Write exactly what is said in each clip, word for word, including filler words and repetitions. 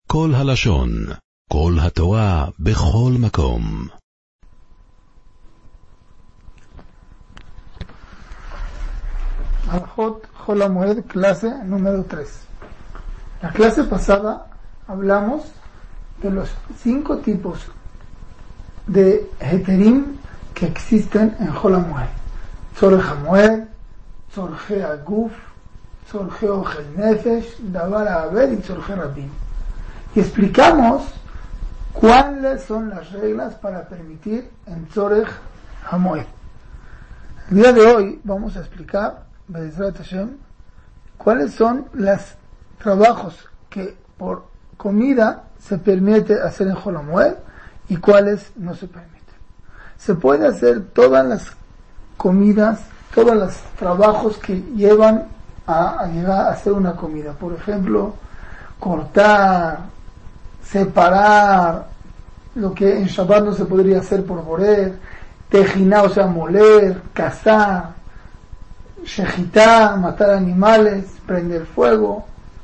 כל הלשון, כל התורה, בכל מקום. Alajot Hol HaMoed, clase número tres. La clase pasada hablamos de los cinco tipos de heterim que existen en Hol HaMoed. Tzorech HaMoed, Tzorche HaGuf, Tzorche Ochel Nefesh, Davar HaAved y Tzorche Rabim. Y explicamos cuáles son las reglas para permitir en Tzorech HaMoed. El día de hoy vamos a explicar Be'ezrat Hashem, cuáles son los trabajos que por comida se permite hacer en Hol HaMoed y cuáles no se permiten. Se puede hacer todas las comidas, todos los trabajos que llevan a, a llegar a hacer una comida. Por ejemplo, cortar, separar, lo que en Shabbat no se podría hacer por borer, tejiná, o sea, moler, cazar, shejitá, matar animales, prender fuego.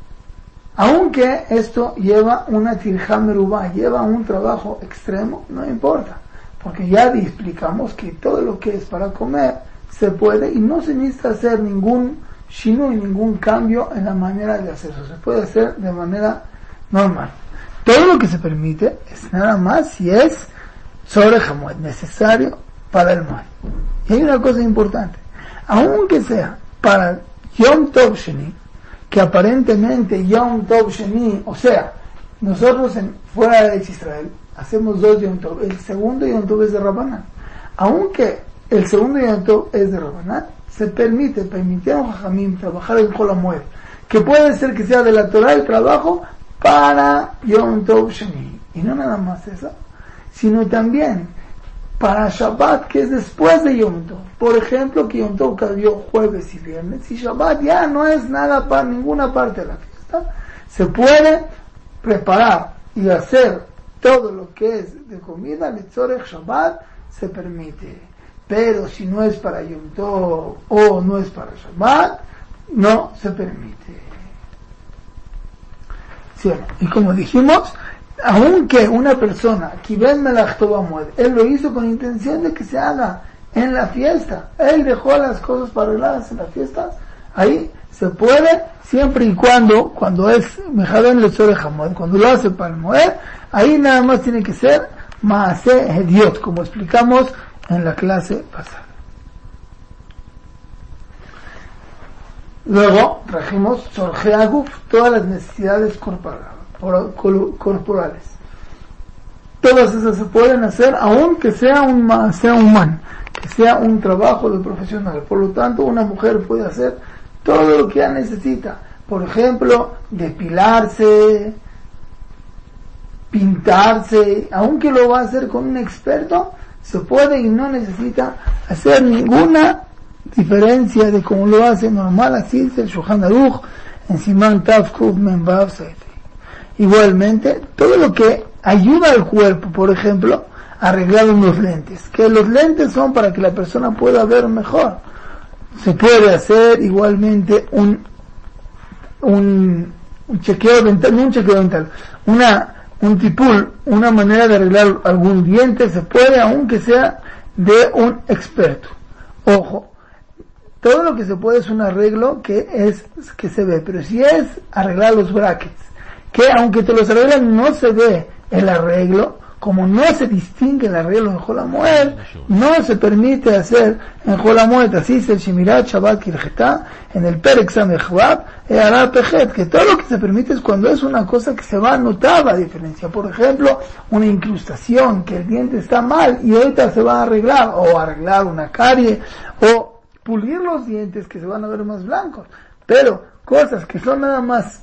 Aunque esto lleva una tirjá merubá, lleva un trabajo extremo, no importa, porque ya explicamos que todo lo que es para comer se puede y no se necesita hacer ningún shinu y ningún cambio en la manera de hacerlo, se puede hacer de manera normal. Todo lo que se permite es nada más si es Tzorech HaMoed, necesario para el moed. Y hay una cosa importante, aunque sea para Yom Tov Sheni, que aparentemente Yom Tov Sheni, o sea, nosotros en, fuera de Israel hacemos dos Yom Tov, el segundo Yom Tov es de Rabanán, aunque el segundo Yom Tov es de Rabanán, se permite, permitieron a Jajamim trabajar en Hol HaMoed, que puede ser que sea de la Torah el trabajo para Yom Tov Sheni, y no nada más eso, sino también para Shabbat, que es después de Yom Tov. Por ejemplo, que Yom Tov cayó jueves y viernes, y Shabbat ya no es nada para ninguna parte de la fiesta, se puede preparar y hacer todo lo que es de comida, Letzorech Shabbat, se permite. Pero si no es para Yom Tov o no es para Shabbat, no se permite. Sí, y como dijimos, aunque una persona, Kibel Melach Tov HaMoed, él lo hizo con intención de que se haga en la fiesta, él dejó las cosas para arregladas en las fiestas, ahí se puede, siempre y cuando, cuando es Mejaben Letzorech HaMoed, cuando lo hace para el Moed, ahí nada más tiene que ser Maaseh Hediot, como explicamos en la clase pasada. Luego trajimos Tzorche HaGuf, todas las necesidades corporales. corporales. Todas esas se pueden hacer aunque sea un sea humano, que sea un trabajo de profesional. Por lo tanto, una mujer puede hacer todo lo que ella necesita. Por ejemplo, depilarse, pintarse, aunque lo va a hacer con un experto, se puede y no necesita hacer ninguna diferencia de cómo lo hace normal. Así dice el Shulchan Aruch en Siman Tav Kuf Mem Vav Saif. Igualmente, todo lo que ayuda al cuerpo, por ejemplo, a arreglar unos lentes, que los lentes son para que la persona pueda ver mejor, se puede hacer igualmente un un, un chequeo dental, no un chequeo dental, una un tipul, una manera de arreglar algún diente, se puede aunque sea de un experto. Ojo, todo lo que se puede es un arreglo que es que se ve, pero si es arreglar los brackets, que aunque te los arreglan no se ve el arreglo, como no se distingue el arreglo en Hol HaMoed, no se permite hacer en Hol HaMoed. Así dice el Shemirat Shabbat Kilchetá en el Perek Samech Vav E'ara Pechet, que todo lo que se permite es cuando es una cosa que se va a notar la diferencia. Por ejemplo, una incrustación, que el diente está mal y ahorita se va a arreglar, o arreglar una carie, o pulir los dientes que se van a ver más blancos. Pero cosas que son nada más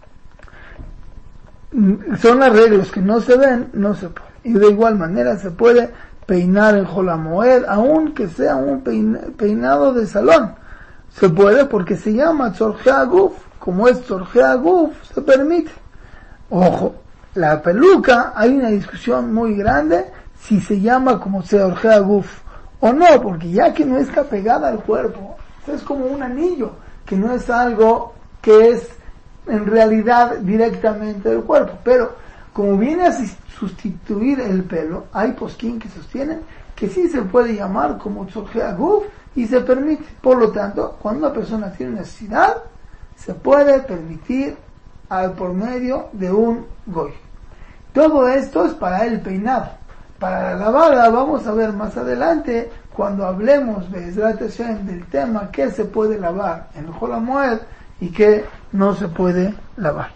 son arreglos que no se ven, no se puede. Y de igual manera se puede peinar en Hol HaMoed, aunque sea un peinado de salón. Se puede porque se llama Tzorche HaGuf, como es Tzorche HaGuf, se permite. Ojo, la peluca, hay una discusión muy grande si se llama como Tzorche HaGuf o no, porque ya que no está pegada al cuerpo, es como un anillo, que no es algo que es en realidad directamente del cuerpo, pero como viene a sustituir el pelo, hay posquín que sostienen que sí se puede llamar como tzorjei aguf y se permite. Por lo tanto, cuando una persona tiene necesidad, se puede permitir al por medio de un goy. Todo esto es para el peinado. Para la lavada vamos a ver más adelante cuando hablemos Be'ezrat Hashem del tema que se puede lavar en el Hol HaMoed y que no se puede lavar.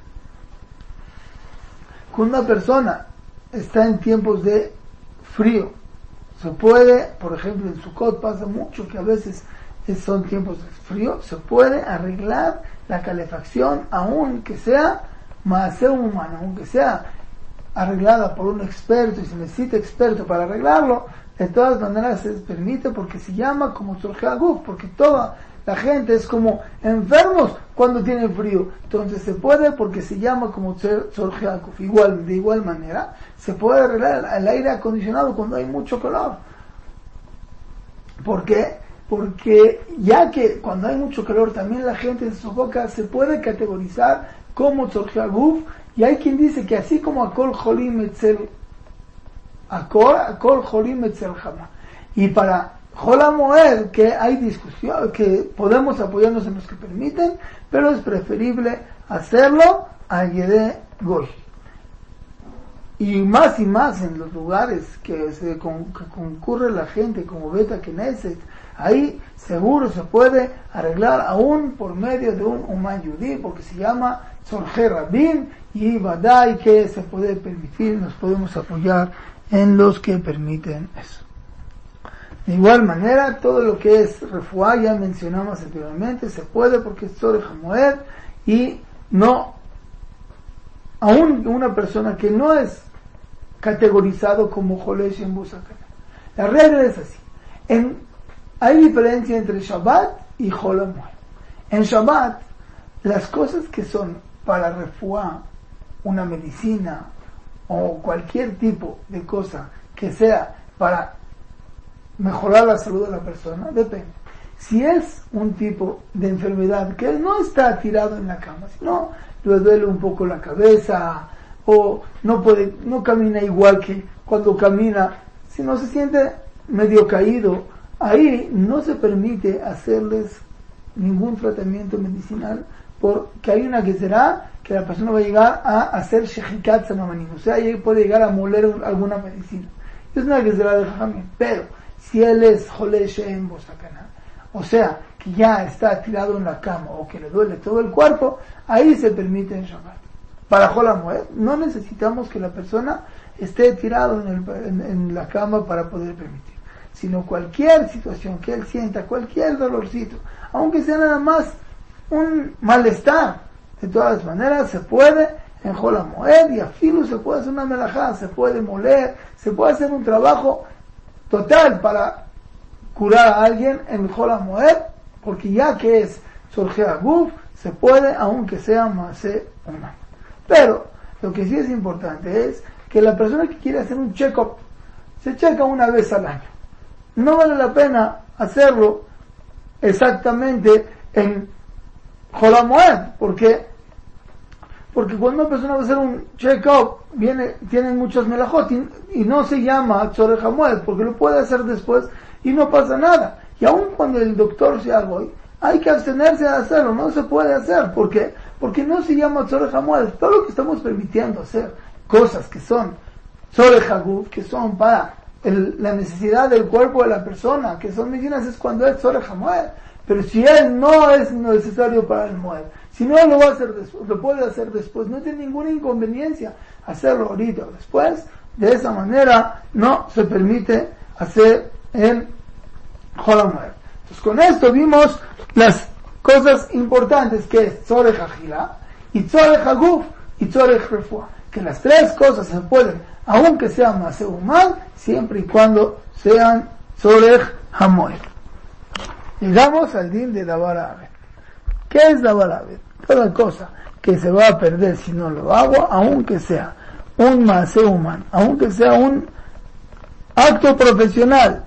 Cuando una persona está en tiempos de frío, se puede, por ejemplo en Sukkot pasa mucho que a veces son tiempos de frío, se puede arreglar la calefacción aunque sea maaseh humano, aunque sea arreglada por un experto y se necesita experto para arreglarlo, de todas maneras se permite porque se llama como tzorjei aguf, porque toda la gente es como enfermos cuando tienen frío, entonces se puede porque se llama como tzorjei aguf. Igual, de igual manera, se puede arreglar el aire acondicionado cuando hay mucho calor. ¿Por qué? Porque ya que cuando hay mucho calor también la gente se sofoca, se puede categorizar como tzorjei aguf. Y hay quien dice que así como Akol Jolim Etzel Akol, Akol Jolim Etzel Hama. Y para Hol HaMoed, que hay discusión, que podemos apoyarnos en los que permiten, pero es preferible hacerlo a Yedé Goy. Y más y más en los lugares que se con, que concurre la gente, como Beta Knesset, ahí seguro se puede arreglar aún por medio de un Uman Yudí, porque se llama Tzorjei Rabim, y Badai que se puede permitir, nos podemos apoyar en los que permiten eso. De igual manera, todo lo que es refuá, ya mencionamos anteriormente, se puede porque es Tzorjei HaMoed, y no, aún una persona que no es categorizado como Jolei Shem Bo Sakana. La regla es así. En, hay diferencia entre Shabbat y Hol HaMoed. En Shabbat, las cosas que son para refuá, una medicina o cualquier tipo de cosa que sea para mejorar la salud de la persona, depende. Si es un tipo de enfermedad que no está tirado en la cama, sino le duele un poco la cabeza o no puede, no camina igual que cuando camina, si no se siente medio caído, ahí no se permite hacerles ningún tratamiento medicinal porque hay una que será que la persona va a llegar a hacer shechikat samamanim, o sea, puede llegar a moler alguna medicina. Es una que será de Jajamim, pero si él es Jolei Shem Bo Sakana, o sea, que ya está tirado en la cama o que le duele todo el cuerpo, ahí se permite en Shabbat. Para Hol HaMoed no necesitamos que la persona esté tirado en, el, en, en la cama para poder permitir, sino cualquier situación que él sienta, cualquier dolorcito, aunque sea nada más un malestar, de todas maneras se puede en Hol HaMoed y a filo se puede hacer una melajá, se puede moler, se puede hacer un trabajo total para curar a alguien en Hol HaMoed, porque ya que es Tzorjei Aguf, se puede aunque sea maaseh humano. Pero lo que sí es importante es que la persona que quiere hacer un check-up se checa una vez al año. No vale la pena hacerlo exactamente en Hol HaMoed, porque porque cuando una persona va a hacer un check-up viene, tienen muchos melajot y, y no se llama Tzorjei HaMoed, porque lo puede hacer después y no pasa nada. Y aun cuando el doctor sea goy, hay que abstenerse de hacerlo, no se puede hacer, ¿por qué? Porque no se llama Tzorjei HaMoed. Todo lo que estamos permitiendo hacer, cosas que son Tzorjei Aguf, que son para el, la necesidad del cuerpo de la persona, que son medicinas, es cuando es Tzorjei HaMoed. Pero si él no es necesario para el Moed, si no lo va a hacer después, lo puede hacer después, no tiene ninguna inconveniencia hacerlo ahorita o después, de esa manera no se permite hacer el Hol HaMoed. Entonces con esto vimos las cosas importantes que es Tzorjei Achila y Tzorjei Aguf y Tzorjei Refuá, que las tres cosas se pueden, aunque sea maaseh humano, siempre y cuando sean Tzorjei HaMoed. Llegamos al din de Davar Aved. ¿Qué es Davar Aved? Toda cosa que se va a perder si no lo hago, aunque sea un maaseh humano, aunque sea un acto profesional,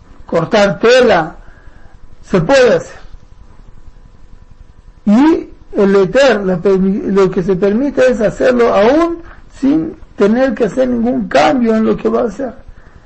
cortar tela, se puede hacer. Y el eter, la, lo que se permite es hacerlo aún sin tener que hacer ningún cambio en lo que va a hacer.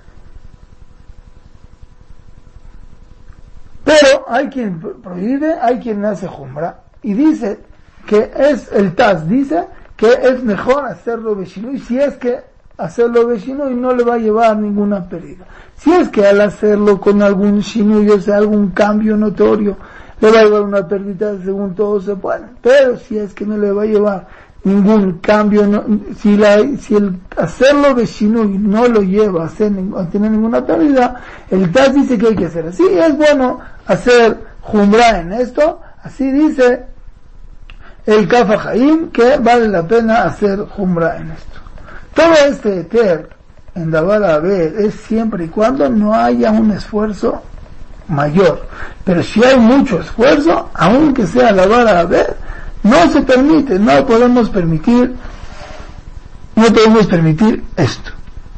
Pero hay quien prohíbe, hay quien hace jumbra, y dice que es, el Taz dice que es mejor hacerlo beshinui, si es que hacerlo beshinui no le va a llevar ninguna pérdida. Si es que al hacerlo con algún shinui, o sea, algún cambio notorio, le va a llevar una pérdida, según todo se puede. Pero si es que no le va a llevar ningún cambio, no, si, la, si el hacerlo beshinui no lo lleva a, hacer, a tener ninguna pérdida, el Taz dice que hay que hacer así. Es bueno hacer jumbra en esto, así dice el Kaf HaChaim, que vale la pena hacer jumbra en esto. Todo este eter en Davar Haber es siempre y cuando no haya un esfuerzo mayor. Pero si hay mucho esfuerzo, aunque sea Davar Haber, no se permite, no podemos permitir, no podemos permitir esto.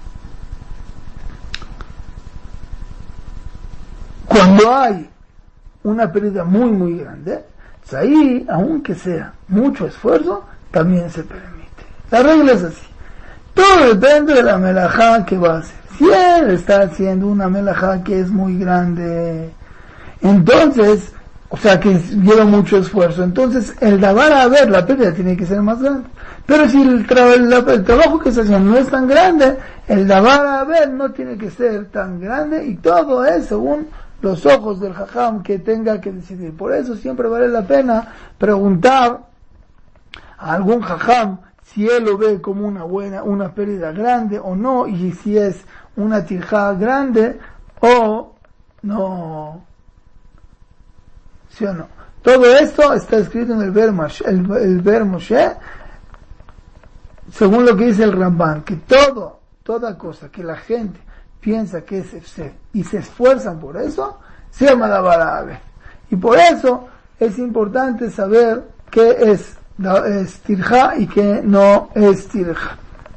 Cuando hay una pérdida muy muy grande, pues ahí, aunque sea mucho esfuerzo, también se permite. La regla es así. Todo depende de la melajá que va a hacer. Si él está haciendo una melajá que es muy grande, entonces, o sea que lleva mucho esfuerzo, entonces el davar a ver, la pérdida tiene que ser más grande. Pero si el, tra- el, el trabajo que se hace no es tan grande, el davar a ver no tiene que ser tan grande, y todo es según los ojos del jajam que tenga que decidir. Por eso siempre vale la pena preguntar a algún jajam si él lo ve como una buena, una pérdida grande o no, y si es una tirjá grande o no. ¿Sí o no? Todo esto está escrito en el Ver Moshe, el, el Ver Moshe, según lo que dice el Ramban, que todo, toda cosa que la gente piensa que es efsed y se esfuerzan por eso, se llama davar haber. Y por eso es importante saber qué es, es tirja y qué no es tirja.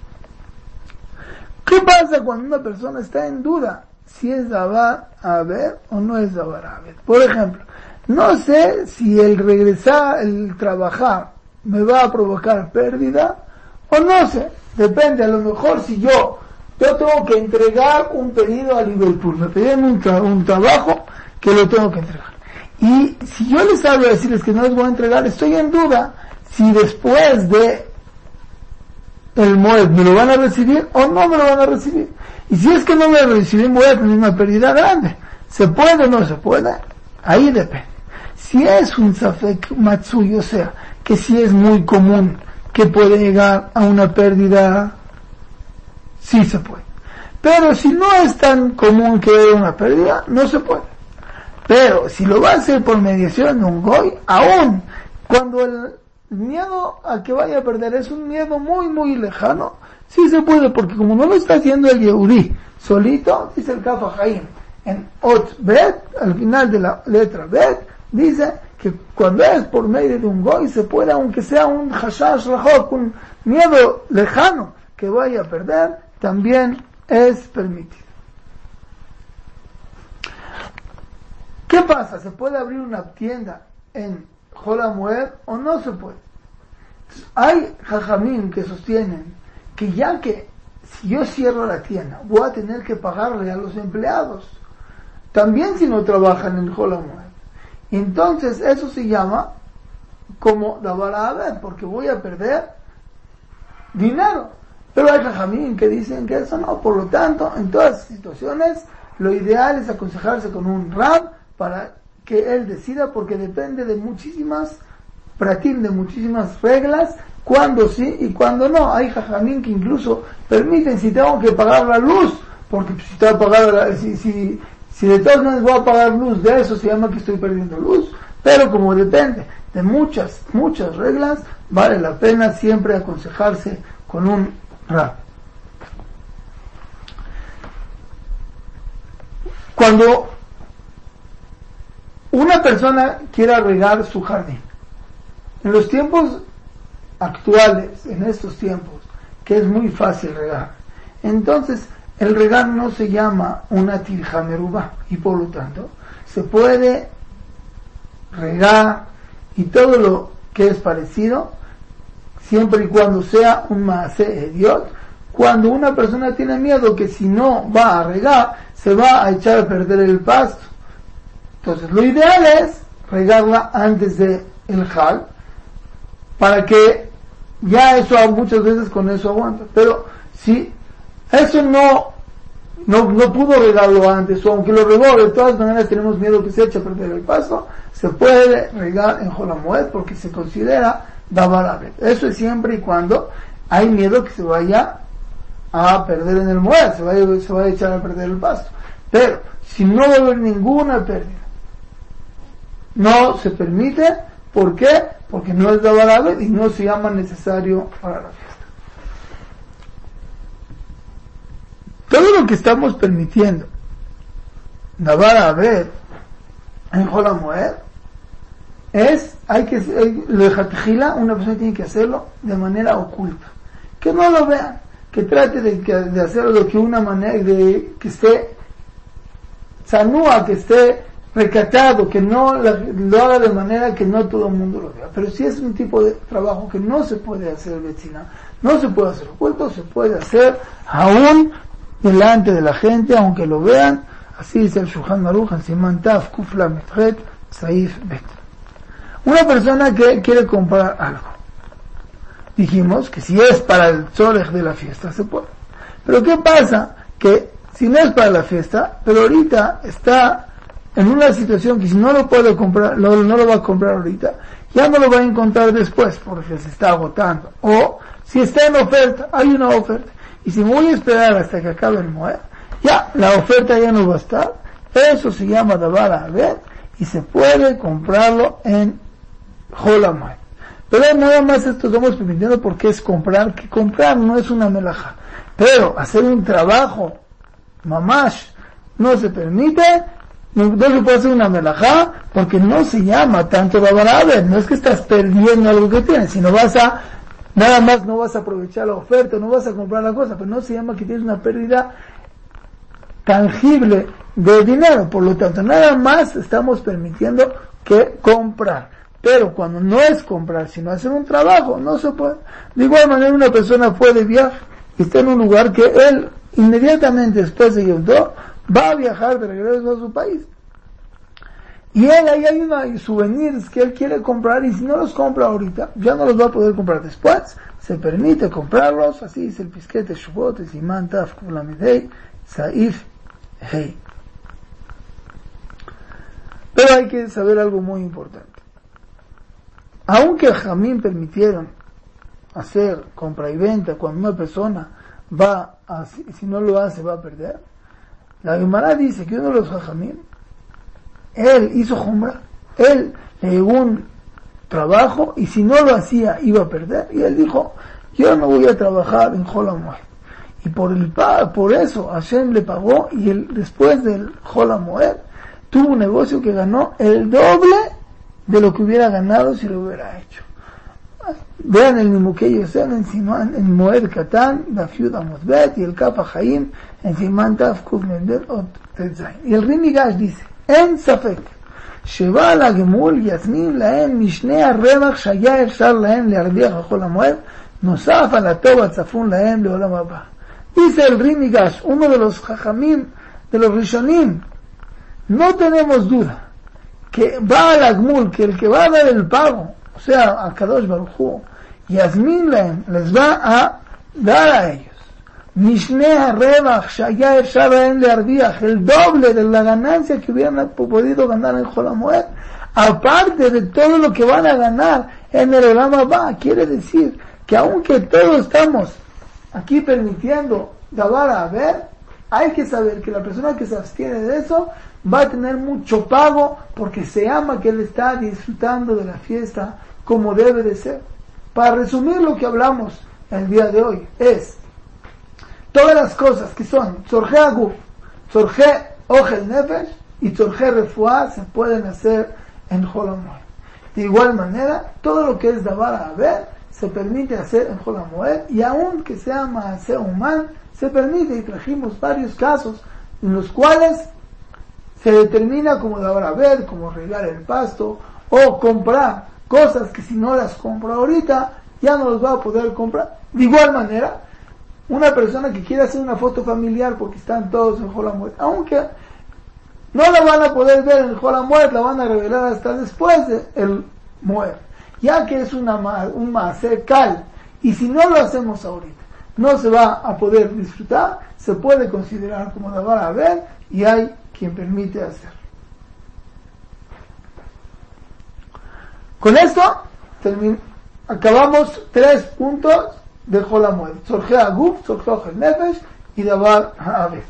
¿Qué pasa cuando una persona está en duda si es davar haber o no es davar haber? Por ejemplo, no sé si el regresar, el trabajar, me va a provocar pérdida o no sé. Depende, a lo mejor si yo Yo tengo que entregar un pedido a Liverpool, me piden un, tra- un trabajo que lo tengo que entregar. Y si yo les hablo de decirles que no les voy a entregar, estoy en duda si después de el Moed me lo van a recibir o no me lo van a recibir. Y si es que no me lo reciben, voy a tener una pérdida grande. ¿Se puede o no se puede? Ahí depende. Si es un Safek Matsui, o sea, que si es muy común que puede llegar a una pérdida, sí se puede. Pero si no es tan común que haya una pérdida, no se puede. Pero si lo va a hacer por mediación de un goy, aún cuando el miedo a que vaya a perder es un miedo muy muy lejano, sí se puede, porque como no lo está haciendo el Yehudí solito, dice el Kaf HaChaim en Ot Bet, al final de la letra Bet, dice que cuando es por medio de un goy se puede, aunque sea un hashash rajok, un miedo lejano que vaya a perder, también es permitido. ¿Qué pasa? ¿Se puede abrir una tienda en Hol HaMoed o no se puede? Hay jajamín que sostienen que ya que si yo cierro la tienda voy a tener que pagarle a los empleados, también si no trabajan en Hol HaMoed. Y entonces eso se llama como davar haber, porque voy a perder dinero. Pero hay jajamín que dicen que eso no, por lo tanto, en todas las situaciones, lo ideal es aconsejarse con un rab para que él decida, porque depende de muchísimas pratim, de muchísimas reglas, cuándo sí y cuándo no. Hay jajamín que incluso permiten si tengo que pagar la luz, porque si tengo que pagar la, si, si, si de todas maneras voy a pagar luz, de eso se llama que estoy perdiendo luz. Pero como depende de muchas, muchas reglas, vale la pena siempre aconsejarse con un Ra. Cuando una persona quiera regar su jardín, en los tiempos actuales, en estos tiempos, que es muy fácil regar, entonces el regar no se llama una tirja merubá, y por lo tanto se puede regar y todo lo que es parecido, siempre y cuando sea un maaseh hediot, cuando una persona tiene miedo que si no va a regar, se va a echar a perder el pasto. Entonces lo ideal es regarla antes de el Hal, para que ya eso muchas veces con eso aguanta. Pero si eso no no, no pudo regarlo antes, o aunque lo regó, de todas maneras tenemos miedo que se eche a perder el pasto, se puede regar en Hol HaMoed porque se considera Davar Aved. Eso es siempre y cuando hay miedo que se vaya a perder en el Moed, se vaya, se vaya a echar a perder el pasto. Pero si no va a haber ninguna pérdida, no se permite. ¿Por qué? Porque no es Davar Aved y no se llama necesario para la fiesta. Todo lo que estamos permitiendo Davar Aved en Hol HaMoed es, hay que, lo de Jatejila, una persona tiene que hacerlo de manera oculta, que no lo vean, que trate de, de hacerlo de que una manera, de que esté sanúa, que esté recatado, que no la, lo haga de manera que no todo el mundo lo vea. Pero si es un tipo de trabajo que no se puede hacer vecina, no se puede hacer oculto, se puede hacer aún delante de la gente, aunque lo vean. Así dice el Shulchan Aruch en Siman Taf Kuf Lamed Het Saif Bet. Una persona que quiere comprar algo, dijimos que si es para el tzorech de la fiesta se puede. Pero ¿qué pasa? Que si no es para la fiesta, pero ahorita está en una situación que si no lo puede comprar, no, no lo va a comprar ahorita, ya no lo va a encontrar después porque se está agotando. O si está en oferta, hay una oferta, y si me voy a esperar hasta que acabe el Moed, ya la oferta ya no va a estar. Eso se llama Davar Aved y se puede comprarlo en Hol HaMoed. Pero nada más esto estamos permitiendo porque es comprar, que comprar no es una melajá. Pero hacer un trabajo, mamash, no se permite. No, no se puede hacer una melajá porque no se llama tanto Davar Aved. No es que estás perdiendo algo que tienes, sino vas a, nada más no vas a aprovechar la oferta, no vas a comprar la cosa, pero no se llama que tienes una pérdida tangible de dinero. Por lo tanto, nada más estamos permitiendo que comprar. Pero cuando no es comprar, sino hacer un trabajo, no se puede. De igual manera, una persona fue de viaje y está en un lugar que él, inmediatamente después de Yom Tov, va a viajar de regreso a su país. Y él, ahí hay unos souvenirs que él quiere comprar, y si no los compra ahorita, ya no los va a poder comprar después. Se permite comprarlos, así dice el Pisquete Shuvot, Siman Taf Kuf Lamed Hei, Saif Hei. Pero hay que saber algo muy importante. Aunque Jamín permitieron hacer compra y venta cuando una persona va a, si no lo hace va a perder, la Gemara dice que uno de los Jajamim, él hizo Jumra, él le llegó un trabajo y si no lo hacía iba a perder, y él dijo, yo no voy a trabajar en Hol HaMoed. Y por el por eso Hashem le pagó, y él, después del Hol HaMoed tuvo un negocio que ganó el doble de lo que hubiera ganado si lo hubiera hecho. Vean el Nimukei Yosef en Siman, en Moed Katan, Daf Yud Amud Bet, y el Kaf HaChaim en Siman Taf Kuf Mendel Ot Tetzain. Y el Rimigash dice, en Safek, שבא לגמול יזמין להם משני הרווח שהיה אפשר להם להרוויח בכל המועד, נוסף על הטוב הצפון להם לעולם הבא. Dice el Rimigash, uno de los jajamim, de los rishonim, no tenemos duda que va al Agmul, que el que va a dar el pago, o sea, a Kadosh Baruch Hu, Yasmin Lahem, les va a dar a ellos Mishne HaRevach Shaya Efshar Lahem Learviach, el doble de la ganancia que hubieran podido ganar en Hol HaMoed, aparte de todo lo que van a ganar en el Olam Haba. Quiere decir que aunque todos estamos aquí permitiendo Davar Aved, hay que saber que la persona que se abstiene de eso va a tener mucho pago porque se ama que él está disfrutando de la fiesta como debe de ser. Para resumir lo que hablamos el día de hoy es todas las cosas que son Tzorje Aguf, Tzorje Ojel Nefesh y Tzorje Refuah se pueden hacer en Hol HaMoed. De igual manera, todo lo que es Davar Aved se permite hacer en Hol HaMoed, y aun que sea Maaseh Uman se permite, y trajimos varios casos en los cuales se determina como Davar Aved, como regar el pasto o comprar cosas que si no las compro ahorita, ya no los va a poder comprar. De igual manera, una persona que quiere hacer una foto familiar porque están todos en Hol HaMoed, aunque no la van a poder ver en Hol HaMoed, la van a revelar hasta después del Moed, ya que es una, un maaser kal, y si no lo hacemos ahorita, no se va a poder disfrutar, se puede considerar como davar a ver, y hay quien permite hacer. Con esto termin- acabamos tres puntos de Hol HaMoed: Tzorchei Aguf, Tzorchei Ochel Nefesh y Davar Ha'avet.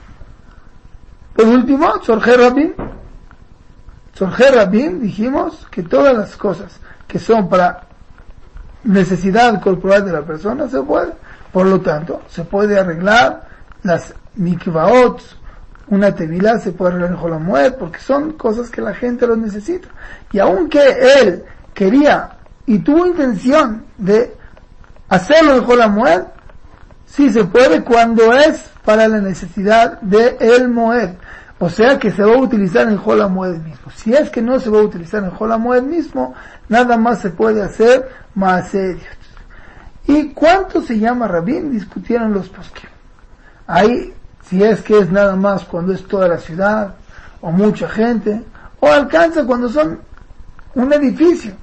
Por último, Tzorchei Rabim. Tzorchei Rabim, dijimos que todas las cosas que son para necesidad corporal de la persona se puede. Por lo tanto, se puede arreglar las mikvaot, una tevilá se puede arreglar en Hol HaMoed, porque son cosas que la gente lo necesita. Y aunque él quería y tuvo intención de hacerlo en Hol HaMoed, sí se puede cuando es para la necesidad de el Moed. O sea que se va a utilizar en Hol HaMoed mismo. Si es que no se va a utilizar en Hol HaMoed mismo, nada más se puede hacer Maaseh. ¿Y cuánto se llama Rabim? Discutieron los poskim. Ahí, si es que es nada más cuando es toda la ciudad, o mucha gente, o alcanza cuando son un edificio.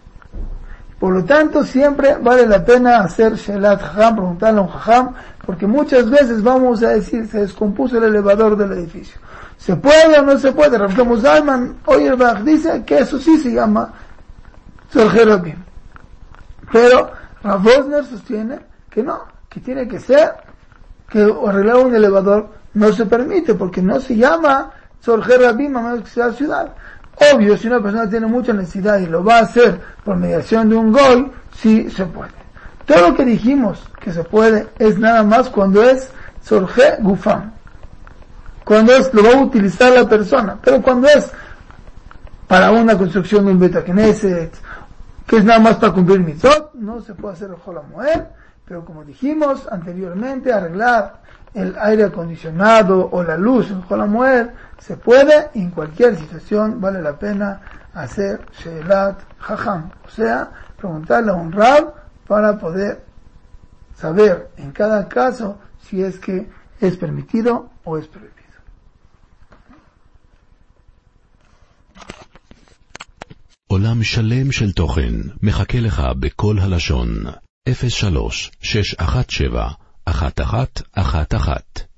Por lo tanto, siempre vale la pena hacer Shelat Jajam, preguntarle a un Jajam, porque muchas veces vamos a decir, se descompuso el elevador del edificio. ¿Se puede o no se puede? Rav Shlomo Zalman Auerbach dice que eso sí se llama Tzorchei Rabim. Pero Rav Wosner sostiene que no, que tiene que ser, que arreglar un elevador no se permite, porque no se llama Tzorchei Rabim a menos que sea ciudad. Obvio, si una persona tiene mucha necesidad y lo va a hacer por mediación de un goy, sí se puede. Todo lo que dijimos que se puede es nada más cuando es Tzorchei Gufam, cuando es, lo va a utilizar la persona. Pero cuando es para una construcción de un Bet HaKnesset, que es nada más para cumplir mitzvot, no se puede hacer el Hol HaMoed. Pero como dijimos anteriormente, arreglar el aire acondicionado o la luz en Hol HaMoed se puede, y en cualquier situación vale la pena hacer Shelat Jajam, o sea, preguntarle a un Rab para poder saber en cada caso si es que es permitido o es prohibido. עולם שלם של תוכן מחכה לך בכל הלשון. אפס שלוש שש אחת שבע אחת אחת אחת אחת